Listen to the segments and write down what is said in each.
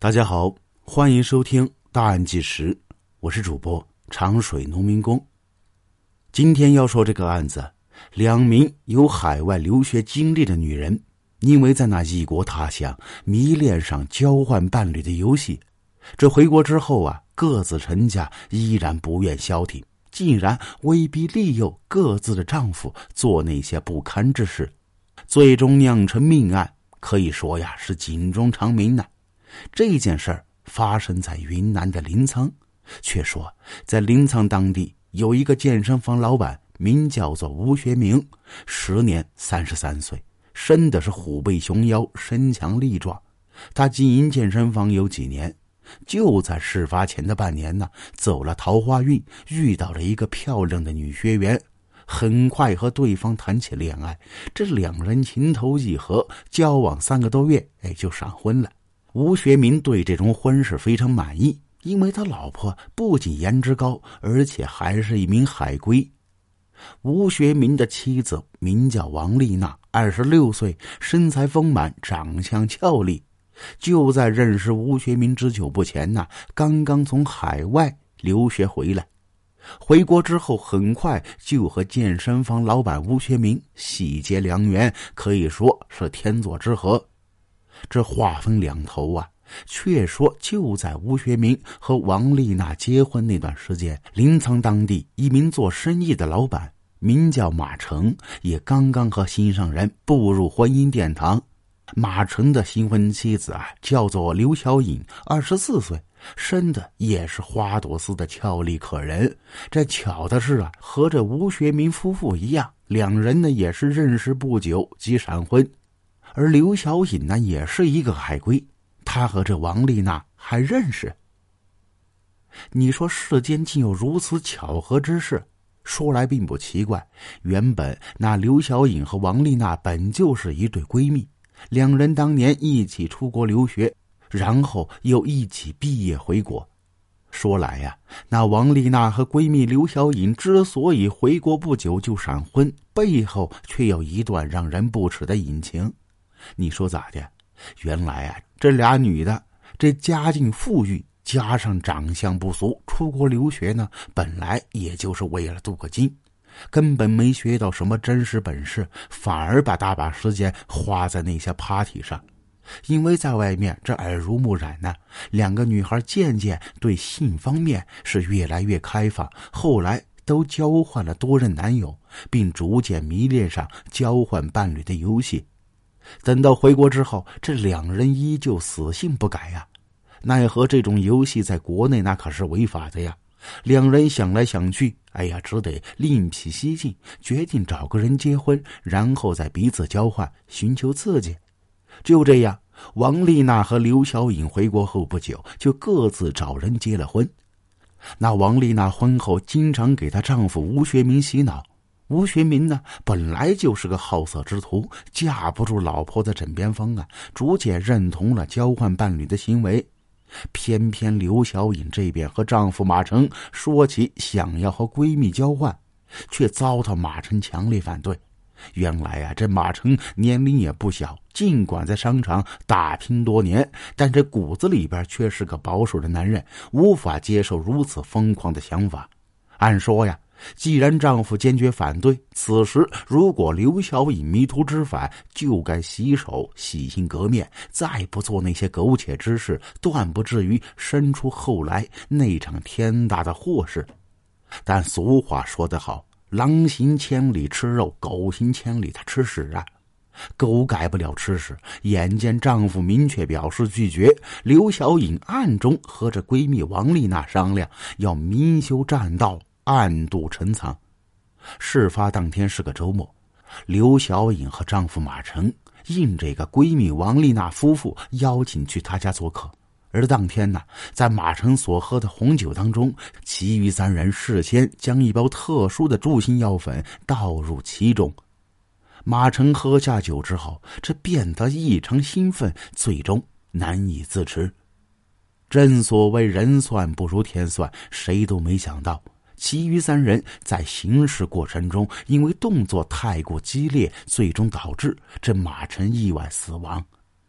大家好，欢迎收听大案纪实，我是主播长水农民工。今天要说这个案子，两名有海外留学经历的女人，因为在那异国他乡迷恋上交换伴侣的游戏，这回国之后各自成家，依然不愿消停，竟然威逼利诱各自的丈夫做那些不堪之事，最终酿成命案，可以说是警钟长鸣呢。这件事儿发生在云南的临沧，却说在临沧当地有一个健身房老板，名叫做吴学明，时年33岁，生的是虎背熊腰，身强力壮。他经营健身房有几年，就在事发前的半年走了桃花运，遇到了一个漂亮的女学员，很快和对方谈起恋爱，这两人情投意合，交往3个多月就闪婚了。吴学明对这种婚事非常满意，因为他老婆不仅颜值高，而且还是一名海归。吴学明的妻子名叫王丽娜，26岁，身材丰满，长相俏丽。就在认识吴学明之久不前刚刚从海外留学回来。回国之后很快就和健身房老板吴学明喜结良缘，可以说是天作之合。这话分两头却说就在吴学明和王丽娜结婚那段时间，临沧当地一名做生意的老板名叫马成，也刚刚和心上人步入婚姻殿堂。马成的新婚妻子叫做刘小颖，24岁，生的也是花朵似的俏丽可人。这巧的是和这吴学明夫妇一样，两人也是认识不久即闪婚。而刘小颖也是一个海归，他和这王丽娜还认识。你说世间竟有如此巧合之事，说来并不奇怪。原本那刘小颖和王丽娜本就是一对闺蜜，两人当年一起出国留学，然后又一起毕业回国。说来那王丽娜和闺蜜刘小颖之所以回国不久就闪婚，背后却有一段让人不齿的隐情。你说咋的？原来这俩女的这家境富裕，加上长相不俗，出国留学本来也就是为了镀个金，根本没学到什么真实本事，反而把大把时间花在那些 party 上。因为在外面这耳濡目染两个女孩渐渐对性方面是越来越开放，后来都交换了多任男友，并逐渐迷恋上交换伴侣的游戏。等到回国之后，这两人依旧死性不改奈何这种游戏在国内那可是违法的两人想来想去，只得另辟蹊径，决定找个人结婚，然后再彼此交换，寻求刺激。就这样，王丽娜和刘小颖回国后不久，就各自找人结了婚。那王丽娜婚后经常给她丈夫吴学明洗脑。吴学明本来就是个好色之徒，架不住老婆的枕边风逐渐认同了交换伴侣的行为。偏偏刘小颖这边和丈夫马成说起想要和闺蜜交换，却遭到马成强烈反对。原来这马成年龄也不小，尽管在商场打拼多年，但这骨子里边却是个保守的男人，无法接受如此疯狂的想法。按说既然丈夫坚决反对，此时如果刘小颖迷途知返，就该洗手洗心革面，再不做那些苟且之事，断不至于生出后来那场天大的祸事。但俗话说得好，狼行千里吃肉，狗行千里他吃屎狗改不了吃屎，眼见丈夫明确表示拒绝，刘小颖暗中和着闺蜜王丽娜商量，要明修栈道，暗度陈仓。事发当天是个周末，刘小颖和丈夫马成应这个闺蜜王丽娜夫妇邀请去她家做客。而当天在马成所喝的红酒当中，其余3人事先将一包特殊的助兴药粉倒入其中。马成喝下酒之后，这变得异常兴奋，最终难以自持。正所谓人算不如天算，谁都没想到其余3人在行驶过程中因为动作太过激烈，最终导致这马成意外死亡。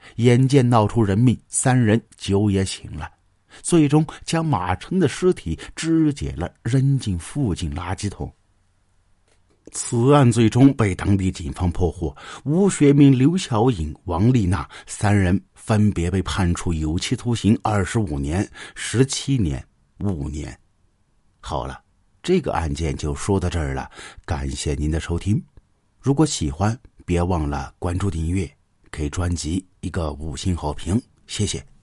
眼见闹出人命，3人酒也醒了，最终将马成的尸体肢解了，扔进附近垃圾桶。此案最终被当地警方破获，吴学明、刘小颖、王丽娜3人分别被判处有期徒刑25年、17年、5年。好了，这个案件就说到这儿了，感谢您的收听。如果喜欢，别忘了关注订阅，给专辑一个5星好评，谢谢。